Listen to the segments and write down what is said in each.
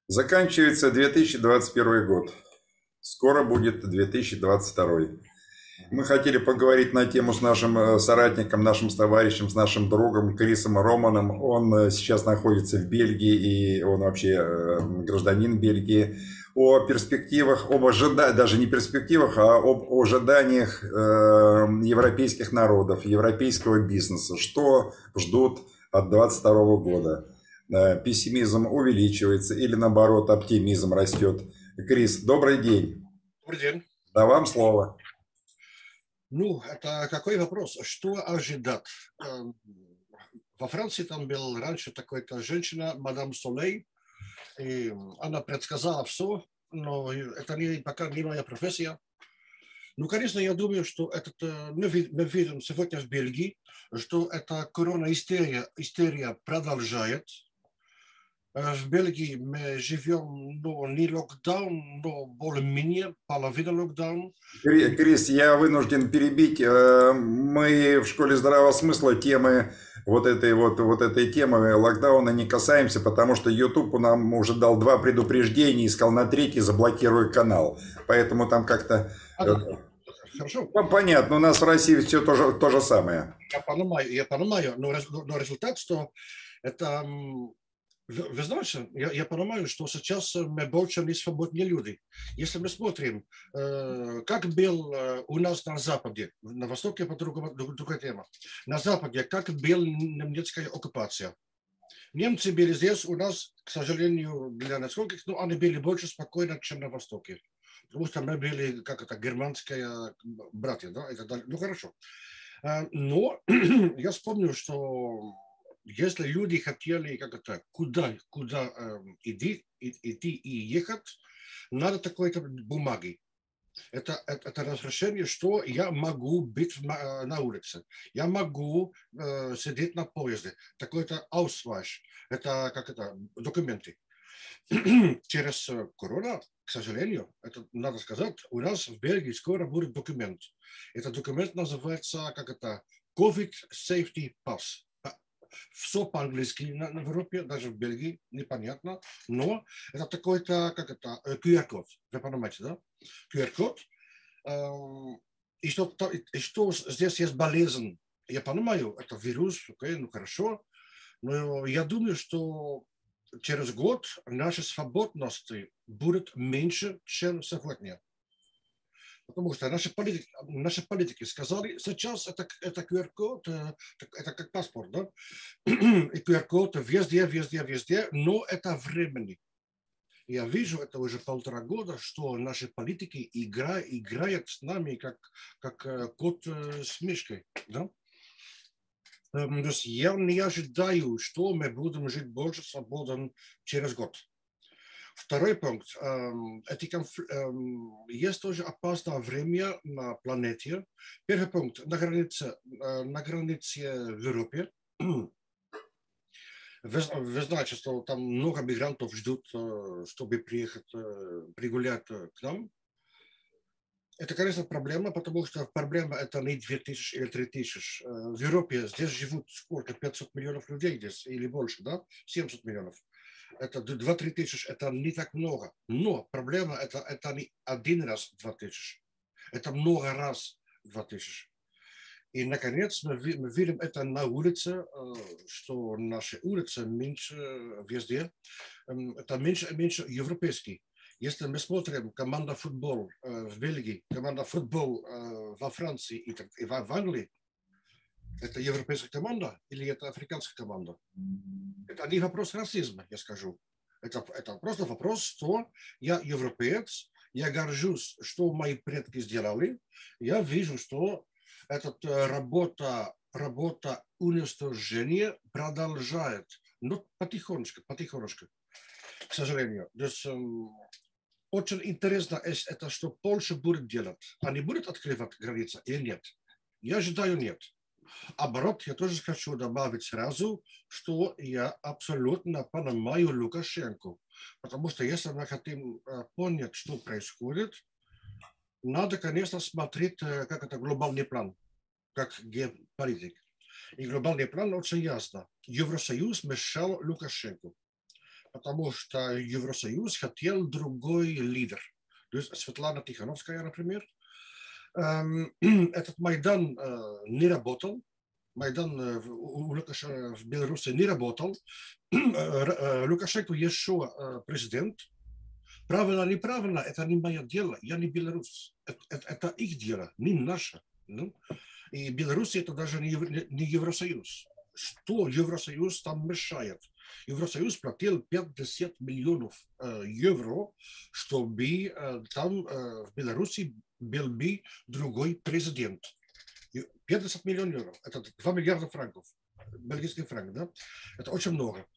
Заканчивается 2021 год. Скоро будет 2022. Мы хотели поговорить на тему с нашим соратником, нашим товарищем, с нашим другом Крисом Романом. Он сейчас находится в Бельгии, и он вообще гражданин Бельгии. О перспективах, об ожиданиях, даже не перспективах, а об ожиданиях европейских народов, европейского бизнеса. Что ждут от 2022 года? Пессимизм увеличивается или наоборот оптимизм растет? Крис, добрый день. Добрый день. Да, вам слово. Ну, это какой вопрос? Что ожидать? Во Франции там был раньше такая женщина, мадам Солей, и она предсказала все, но это пока не моя профессия. Ну, конечно, я думаю, что мы видим сегодня в Бельгии, что эта истерия продолжает. В Бельгии мы живем, ну, не локдаун, но более-менее половина локдаун. Крис, я вынужден перебить. Мы в школе здравого смысла темы вот этой темы локдауна не касаемся, потому что YouTube нам уже дал 2 предупреждения и сказал на третий заблокируй канал. Поэтому там как-то... Хорошо. Понятно, у нас в России все то же самое. Я понимаю, но результат, что это... Вы знаете, я понимаю, что сейчас мы больше не свободные люди. Если мы смотрим, как был у нас на Западе, на Востоке это другая тема, на Западе, как была немецкая оккупация. Немцы были здесь, у нас, к сожалению, для наскольких, но они были больше спокойны, чем на Востоке. Потому что мы были, как это, германская братья, да, и так далее. Ну, хорошо. Но я вспомнил, что если люди хотели как это, куда идти и ехать, надо такой-то бумаги. Это разрешение, что я могу быть на улице. Я могу сидеть на поезде. Такой-то аусвайш. Это как это, документы. Через корона, к сожалению, это надо сказать, у нас в Бельгии скоро будет документ. Этот документ называется, как это, COVID Safety Pass. Все по-английски в Европе, даже в Бельгии, непонятно, но это такой-то, как это, QR-код, вы понимаете, да? QR-код, и что здесь есть болезнь, я понимаю, это вирус, окей, ну хорошо, но я думаю, что через год наши свободности будут меньше, чем сегодня. Потому что наши политики сказали, сейчас это QR-код, это как паспорт, да? И QR-код везде, везде, везде, но это времени. Я вижу это уже 1,5 года, что наши политики играют с нами как кот с мишкой, да? То есть я не ожидаю, что мы будем жить больше свободно через год. Второй пункт. Есть тоже опасное время на планете. Первый пункт. На границе в Европе. Вы знаете, что там много мигрантов ждут, чтобы приехать, пригулять к нам. Это, конечно, проблема, потому что проблема это не 2000 или 3000. В Европе здесь живут сколько? 500 миллионов людей здесь или больше, да? 700 миллионов. Это 2-3 тысячи, это не так много. Но проблема это не один раз 2000. Это много раз 2000. И, наконец, мы видим это на улице, что наши улицы меньше везде. Это меньше и меньше европейские. Если мы смотрим команда футбол в Бельгии, команда футбол во Франции и в Англии, это европейская команда или это африканская команда? Это не вопрос расизма, я скажу. Это просто вопрос, что я европеец, я горжусь, что мои предки сделали, я вижу, что эта работа уничтожения продолжает, но потихонечку, к сожалению. То есть, очень интересно это, что Польша будет делать. Они будут открывать границы или нет? Я ожидаю нет. Оборот, я тоже хочу добавить сразу, что я абсолютно понимаю Лукашенко. Потому что если мы хотим понять, что происходит, надо, конечно, смотреть, как это глобальный план, как геополитик. И глобальный план очень ясно. Евросоюз мешал Лукашенко. потому что Евросоюз хотел другой лидер. То есть Светлана Тихановская, например. Этот Майдан не работал. Майдан у Лукашенко в Беларуси не работал. Лукашенко еще президент. Правильно, неправильно, это не мое дело. Я не белорус. Это их дело, не наше. И Беларусь это даже не Евросоюз. Что Евросоюз там мешает? Евросоюз платил 50 миллионов евро, чтобы там в Беларуси был бы другой президент. 50 миллионов евро. Это 2 миллиарда франков. Бельгийских франков, да? Это очень много.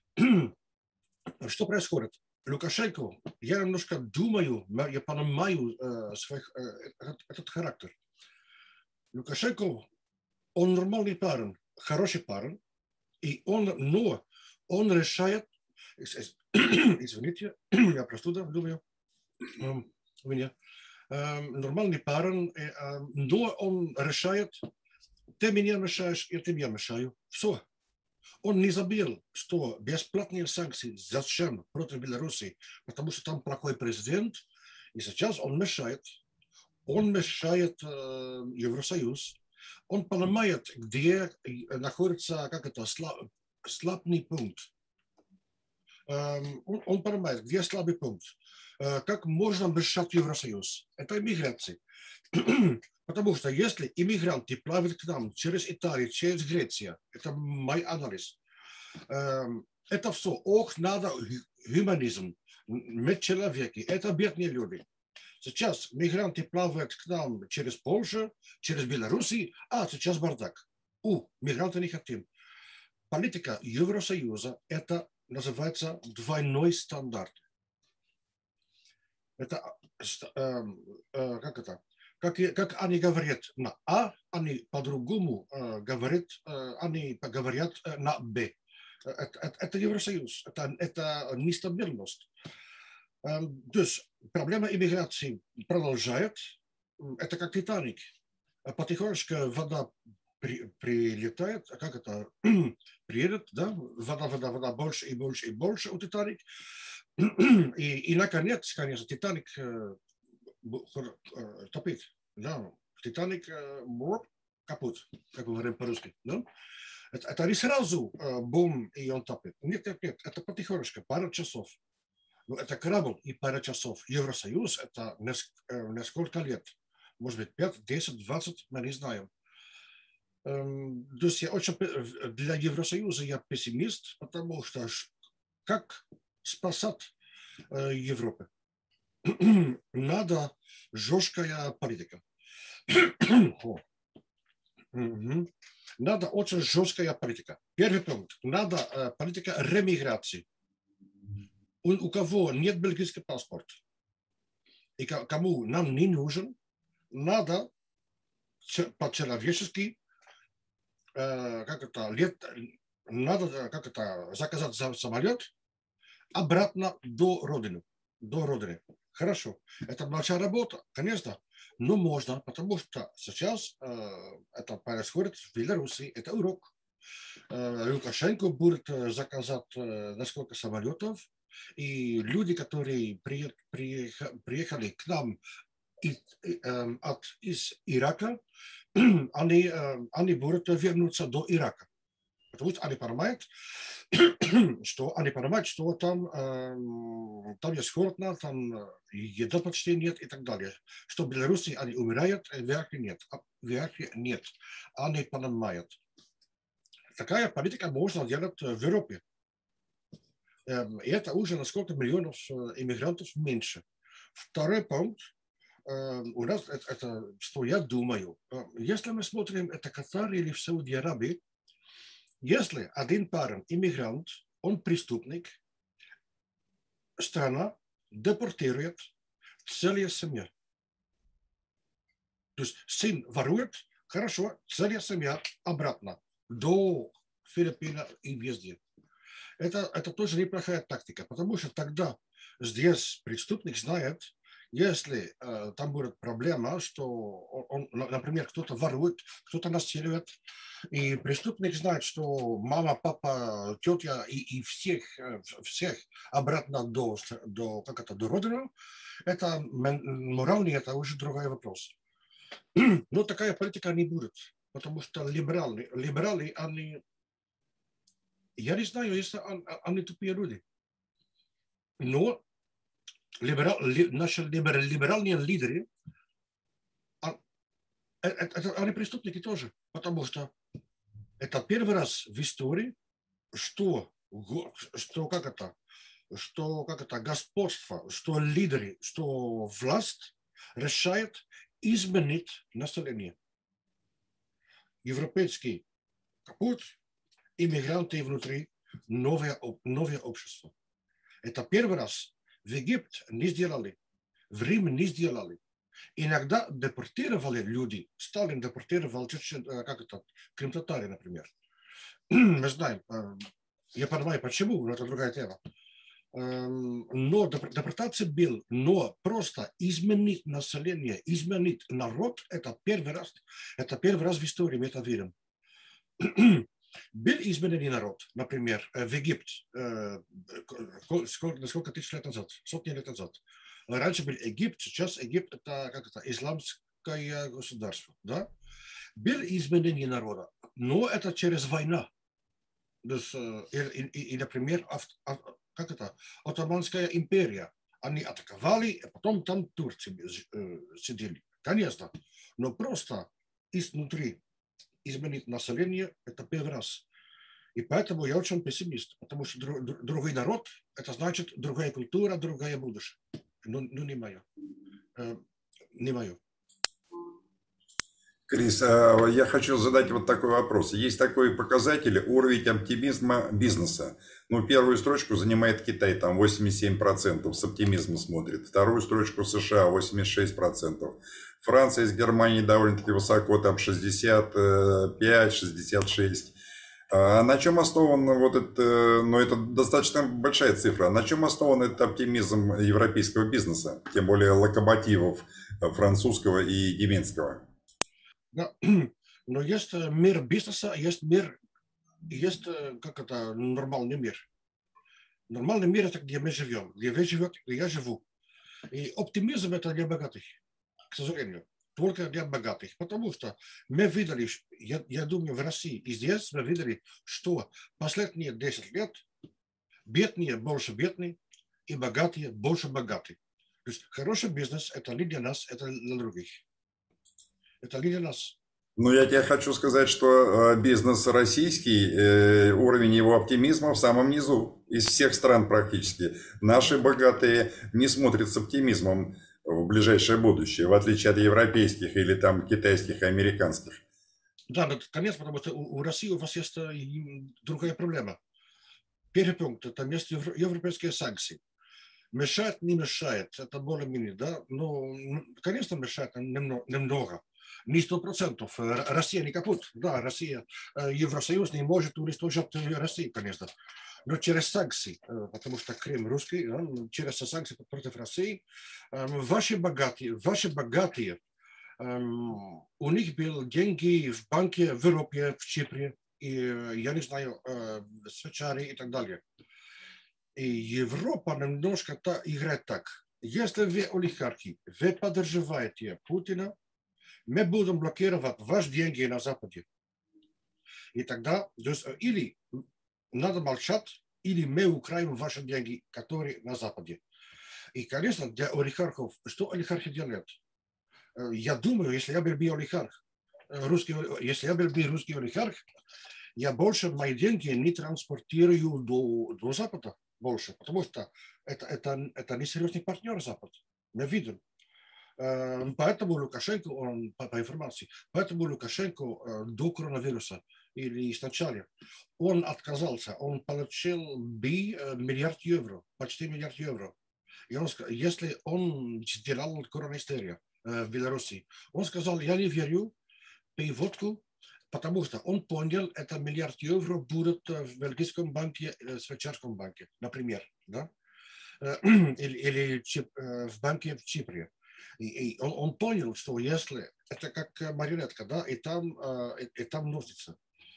Что происходит? Лукашенко, я немножко думаю, я понимаю этот характер. Лукашенко, он нормальный парень, хороший парень, но он решает, извините, я простуда, думаю, у меня, нормальный парень, но он решает, ты меня мешаешь, я тебе мешаю, все. Он не забыл, что бесплатные санкции зачем против Беларуси, потому что там плохой президент, и сейчас он мешает Евросоюз, он понимает, где находится, как это, слабый пункт. Он понимает, где слабый пункт. Как можно мешать Евросоюз? Это иммиграция. Потому что если иммигранты плавают к нам через Италию, через Грецию, это мой анализ, это все, надо гуманизм, мы человеки, это бедные люди. Сейчас мигранты плавают к нам через Польшу, через Беларусь, сейчас бардак. Мигранты не хотим. Политика Евросоюза, это называется двойной стандарт. Это, как это? Как они говорят на А, они по-другому говорят на Б. Это Евросоюз, это нестабильность. То есть проблема иммиграции продолжает. Это как Титаник. Потихонечку вода прилетает, как это, приедет, да? Вода больше и больше и больше у Титаник. И наконец, конечно, Титаник топит. Да? Титаник капут, как мы говорим по-русски. Да? Это не сразу бум, и он топит. Нет, это потихонечку, пару часов. Но это корабль и пара часов. Евросоюз это несколько лет. Может быть, 5, 10, 20, мы не знаем. То есть я очень, для Евросоюза я пессимист, потому что как спасать Европу? Надо жесткая политика. Надо очень жесткая политика. Первый пункт. Надо политика ремиграции. У кого нет бельгийский паспорт и кому нам не нужен, надо по-человечески надо заказать самолет обратно до родины. Хорошо. Это большая работа, конечно, но можно, потому что сейчас это происходит в Беларуси, это урок. Лукашенко будет заказать несколько самолетов, и люди, которые приехали к нам из Ирака, они будут вернуться до Ирака. Потому что они понимают, что там есть холодно, там еды почти нет и так далее. Что в Беларуси они умирают, в Ираке нет. Они понимают. Такая политика можно делать в Европе. И это уже на сколько миллионов иммигрантов меньше. Второй пункт. У нас это, что я думаю, если мы смотрим, это Катар или в Саудовской Аравии, если один парень, иммигрант, он преступник, страна депортирует целая семья. То есть сын ворует, хорошо, целая семья обратно до Филиппин и везде. Это тоже неплохая тактика, потому что тогда здесь преступник знает, Если там будет проблема, что, например, кто-то ворует, кто-то насилует, и преступник знает, что мама, папа, тетя и всех обратно до родины, это моральный, это уже другой вопрос. Но такая политика не будет, потому что либералы, они, я не знаю, если они тупые люди, но наши либеральные лидеры, они преступники тоже, потому что это первый раз в истории, что как это господство, что лидеры, что власть решает изменить население. Европейский путь, иммигранты внутри, новое общество. Это первый раз. В Египте не сделали, в Риме не сделали. Иногда депортировали люди. Сталин депортировал крым-татары, например. Мы знаем, я понимаю, почему, но это другая тема. Но депортация была, но просто изменить население, изменить народ, это первый раз в истории, мы это видим. Был измененный народ, например, в Египте, сколько тысяч лет назад, сотни лет назад. Раньше был Египет, сейчас Египет это исламское государство, да? Был изменение народа, но это через войну. И, например, Отtomанская империя. Они атаковали, а потом там турцы сидели. Конечно, но просто изнутри изменить население – это первый раз. И поэтому я очень пессимист, потому что другой народ – это значит другая культура, другое будущее. Ну не мое. Не мое. Крис, я хочу задать вот такой вопрос. Есть такой показатель уровень оптимизма бизнеса. Ну, первую строчку занимает Китай, там 87% с оптимизмом смотрит. Вторую строчку США 86%. Франция с Германией довольно-таки высоко, там 65-66%. А на чем основан вот это, ну это достаточно большая цифра, на чем основан этот оптимизм европейского бизнеса, тем более локомотивов французского и немецкого? Но есть мир бизнеса, есть нормальный мир. Нормальный мир – это где мы живем, где вы живете, где я живу. И оптимизм – это для богатых, к сожалению. Только для богатых. Потому что мы видели, я думаю, в России и здесь мы видели, что последние 10 лет бедные больше бедные и богатые больше богатые. То есть хороший бизнес – это не для нас, это для других. Это не для нас. Ну, я тебе хочу сказать, что бизнес российский, уровень его оптимизма в самом низу из всех стран практически. Наши богатые не смотрят с оптимизмом в ближайшее будущее, в отличие от европейских или там китайских и американских. Да, конечно, потому что у России у вас есть другая проблема. Первый пункт – это есть европейские санкции. Мешает, не мешает, это более-менее, да, но, конечно, мешает немного. Не 100%. Россия не капут. Да, Россия, Евросоюз не может уничтожить Россию, конечно. Но через санкции, потому что Крым русский, через санкции против России, ваши богатые, у них были деньги в банке в Европе, в Чипре, и, я не знаю, в Швейцарии и так далее. И Европа немножко играет так. Если вы олигархи, вы поддерживаете Путина, мы будем блокировать ваши деньги на Западе. И тогда или надо молчать, или мы украем ваши деньги, которые на Западе. И, конечно, для олигархов, что олигархи делают? Я думаю, если я был бы олигарх, если я был бы русский олигарх, я больше мои деньги не транспортирую до Запада больше, потому что это несерьезный партнер Запад. Мы видим. Поэтому Лукашенко, по информации, поэтому Лукашенко до коронавируса или сначала, он отказался, он получил миллиард евро, почти миллиард евро. И он, если он сделал коронавирус в Беларуси, он сказал, я не верю, пей водку, потому что он понял, это миллиард евро будет в бельгийском банке, в швейцарском банке, например. Да? или в банке в Чипре. И он понял, что если это как марионетка, да, и там носится.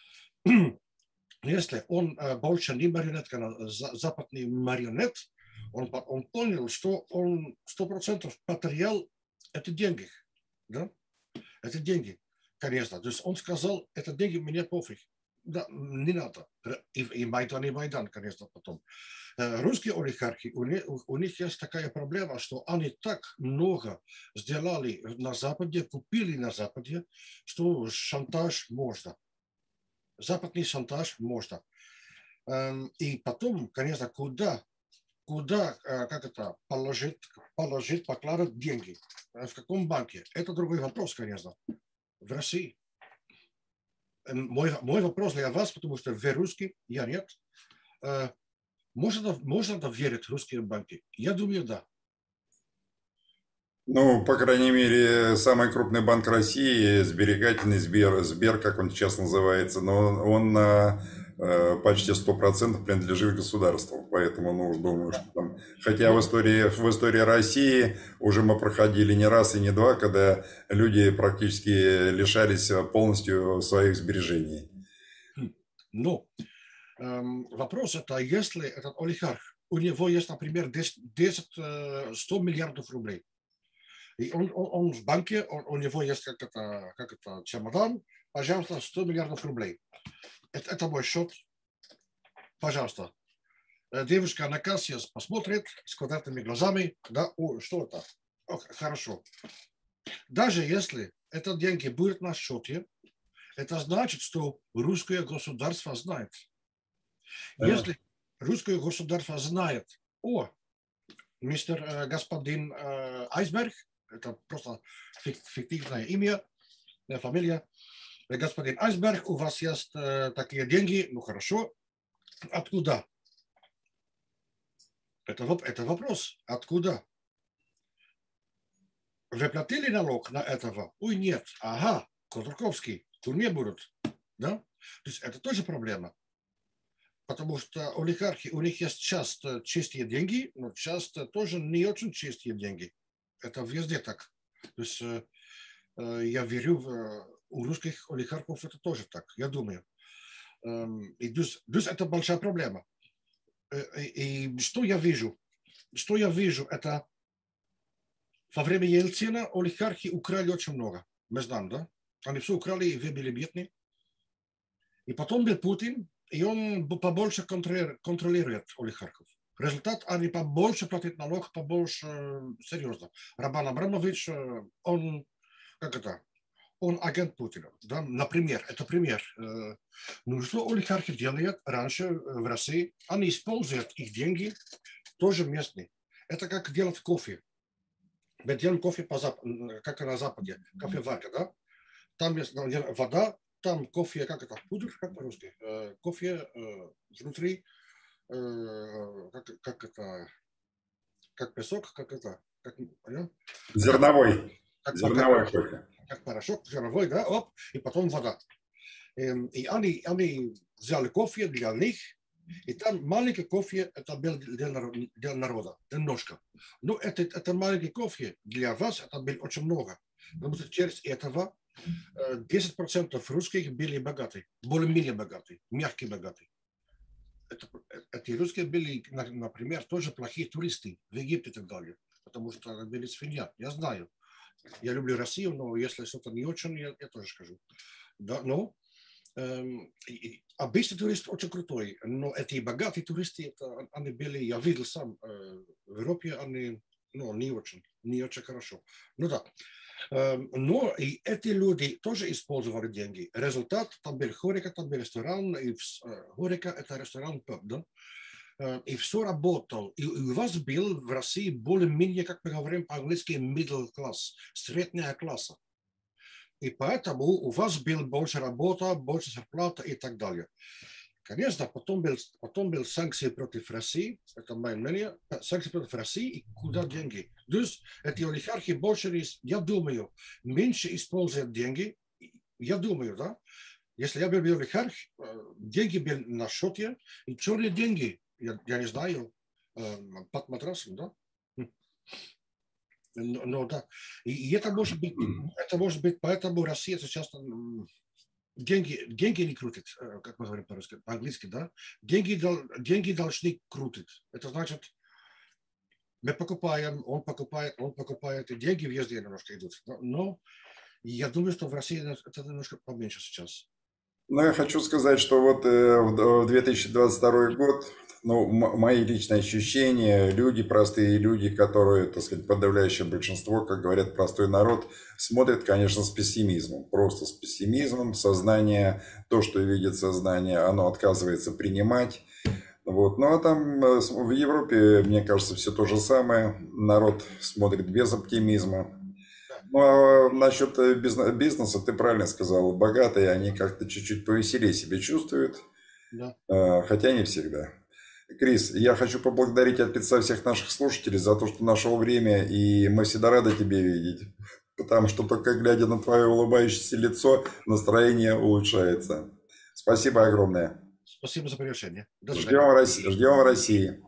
Если он больше не марионетка, а западный марионет, он понял, что он 100% потерял это деньги. Да? Это деньги, конечно. То есть он сказал, это деньги, мне пофиг. Да, не надо. И Майдан, конечно, потом. Русские олигархи, у них есть такая проблема, что они так много сделали на Западе, купили на Западе, что шантаж можно. Западный шантаж можно. И потом, конечно, куда как это, положить, покладывать деньги? В каком банке? Это другой вопрос, конечно. В России. Мой вопрос для вас, потому что вы русский, я нет. Можно доверить русские банки? Я думаю, да. Ну, по крайней мере, самый крупный банк России, сберегательный Сбер, как он сейчас называется, но он на почти 100% принадлежит государству. Поэтому, ну, думаю, что там... Хотя в истории России уже мы проходили не раз и не два, когда люди практически лишались полностью своих сбережений. Но вопрос это, если этот олигарх, у него есть, например, 100 миллиардов рублей, и он в банке, у него есть как это чемодан, пожалуйста, 100 миллиардов рублей. Это мой счет, пожалуйста. Девушка на кассе посмотрит с квадратными глазами, да, что это? Хорошо. Даже если это деньги будут на счете, это значит, что русское государство знает. Если русское государство знает, господин Айсберг, это просто фиктивное имя, фамилия, господин Айсберг, у вас есть такие деньги, ну хорошо, откуда? Это вопрос, откуда? Вы платили налог на этого? Ой, нет, ага, Ходорковский, в тюрьме будут, да? То есть это тоже проблема. Потому что олигархи, у них есть часто чистые деньги, но часто тоже не очень чистые деньги. Это везде так. То есть я верю, у русских олигархов это тоже так, я думаю. И то есть это большая проблема. И что я вижу? Что я вижу, это во время Ельцина олигархи украли очень много. Мы знаем, да? Они все украли, и вы были бедны. И потом был Путин, и он побольше контролирует олигархов. Результат, они побольше платят налог, побольше, серьезно. Роман Абрамович, он, как это, он агент Путина. Да? Например, это пример. Ну, что олигархи делают раньше в России? Они используют их деньги, тоже местные. Это как делать кофе. Мы делаем кофе как на Западе, кофеварка, да? Там есть вода, там кофе, как это, пудр, как по-русски? Кофе внутри, как это, как песок, как это, как, Зерновой. как, Зерновой кофе. Как порошок, зерновой, да, оп, и потом вода. И они взяли кофе для них, и там маленький кофе, это был для народа, немножко. Но это маленький кофе для вас, это было очень много. Потому что через этого 10% русских были богаты, более-менее богаты, мягкие богаты. Эти русские были, например, тоже плохие туристы в Египте и так далее, потому что были свинья, я знаю. Я люблю Россию, но если что-то не очень, я тоже скажу. Да, но обычный турист очень крутой, но эти богатые туристы, они были, я видел сам в Европе, они не очень хорошо. Ну да. Но и эти люди тоже использовали деньги. Результат, там был Хорика, там был ресторан, и Хорика это ресторан, да? И все работало. И у вас был в России более-менее, как мы говорим по-английски, middle class, средняя класса. И поэтому у вас был больше работа, больше зарплата и так далее. Конечно, потом был санкции против России, это мое мнение, санкции против России, и куда деньги? То есть эти олигархи больше, я думаю, меньше используют деньги, я думаю, да? Если я был олигарх, деньги были на счете, и черные деньги, я не знаю, под матрасом, да? Но да. И это может быть, поэтому Россия сейчас деньги не крутит, как мы говорим по-английски, да? Деньги должны крутить. Это значит, мы покупаем, он покупает, и деньги везде немножко идут. Но я думаю, что в России это немножко поменьше сейчас. Ну, я хочу сказать, что вот в 2022 год, ну, мои личные ощущения, люди, простые люди, которые, так сказать, подавляющее большинство, как говорят, простой народ, смотрят, конечно, с пессимизмом. Просто с пессимизмом. Сознание, то, что видит сознание, оно отказывается принимать. Вот. Ну, а там в Европе, мне кажется, все то же самое. Народ смотрит без оптимизма. Ну, а насчет бизнеса, ты правильно сказал, богатые, они как-то чуть-чуть повеселее себя чувствуют, Да. хотя не всегда. Крис, я хочу поблагодарить от лица всех наших слушателей за то, что нашел время, и мы всегда рады тебя видеть, потому что только глядя на твое улыбающееся лицо, настроение улучшается. Спасибо огромное. Спасибо за приглашение. До свидания. Ждем в России.